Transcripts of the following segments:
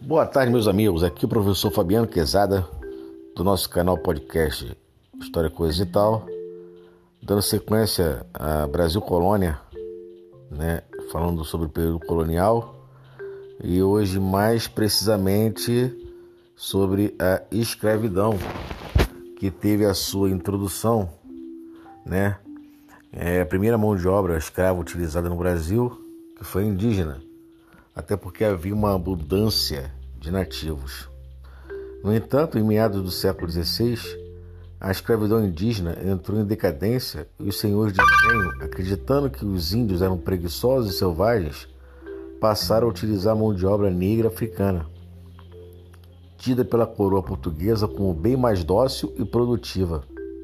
Boa tarde, meus amigos. Aqui é o professor Fabiano Quezada, do nosso canal podcast História, Coisa e Tal, dando sequência a Brasil Colônia, falando sobre o período colonial e hoje mais precisamente sobre a escravidão, que teve a sua introdução, a primeira mão de obra escrava utilizada no Brasil, que foi indígena, até porque havia uma abundância de nativos. No entanto, em meados do século XVI, a escravidão indígena entrou em decadência e os senhores de engenho, acreditando que os índios eram preguiçosos e selvagens, passaram a utilizar a mão de obra negra africana, tida pela coroa portuguesa como bem mais dócil e produtiva.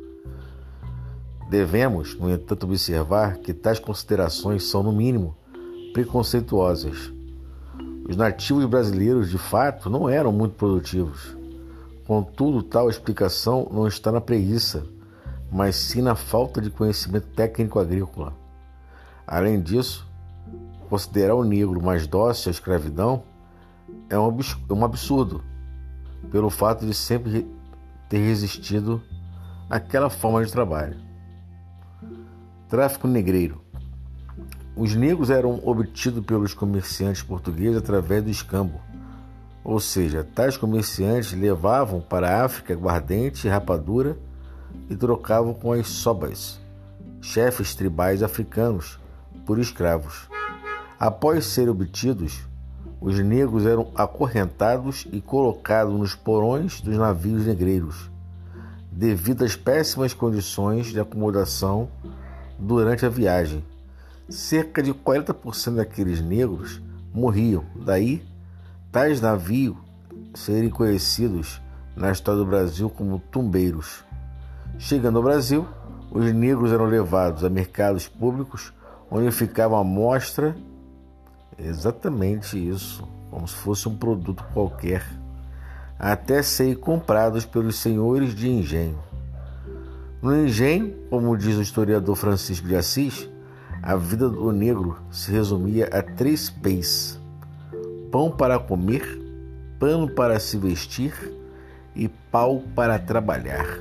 Devemos, no entanto, observar que tais considerações são, no mínimo, preconceituosas. Os nativos brasileiros, de fato, não eram muito produtivos. Contudo, tal explicação não está na preguiça, mas sim na falta de conhecimento técnico agrícola. Além disso, considerar o negro mais dócil à escravidão é um absurdo, pelo fato de sempre ter resistido àquela forma de trabalho. Tráfico negreiro. Os negros eram obtidos pelos comerciantes portugueses através do escambo, ou seja, tais comerciantes levavam para a África aguardente e rapadura e trocavam com as sobas, chefes tribais africanos, por escravos. Após serem obtidos, os negros eram acorrentados e colocados nos porões dos navios negreiros, devido às péssimas condições de acomodação durante a viagem. Cerca de 40% daqueles negros morriam, daí tais navios serem conhecidos na história do Brasil como tumbeiros. Chegando ao Brasil, os negros eram levados a mercados públicos, onde ficavam à mostra, exatamente isso, como se fosse um produto qualquer, até serem comprados pelos senhores de engenho. No engenho, como diz o historiador Francisco de Assis, a vida do negro se resumia a 3 P's: pão para comer, pano para se vestir e pau para trabalhar.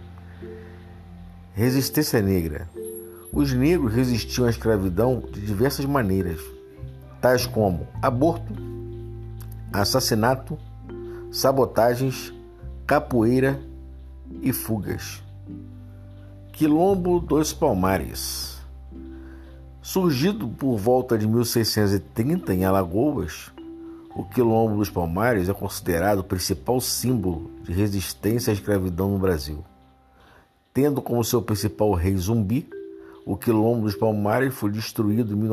Resistência negra. Os negros resistiam à escravidão de diversas maneiras, tais como aborto, assassinato, sabotagens, capoeira e fugas. Quilombo dos Palmares. Surgido por volta de 1630 em Alagoas, o Quilombo dos Palmares é considerado o principal símbolo de resistência à escravidão no Brasil. Tendo como seu principal rei Zumbi, o Quilombo dos Palmares foi destruído em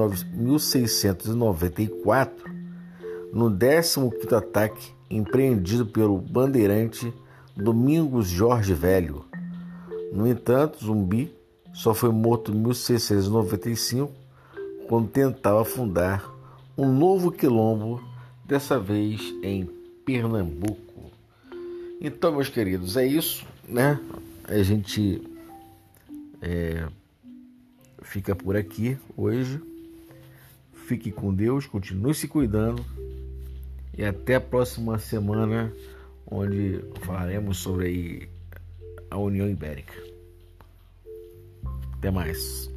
1694, no 15º ataque empreendido pelo bandeirante Domingos Jorge Velho. No entanto, Zumbi só foi morto em 1695, quando tentava fundar um novo quilombo, dessa vez em Pernambuco. Então, meus queridos, é isso, A gente fica por aqui hoje. Fique com Deus, continue se cuidando e até a próxima semana, onde falaremos sobre a União Ibérica. Até mais.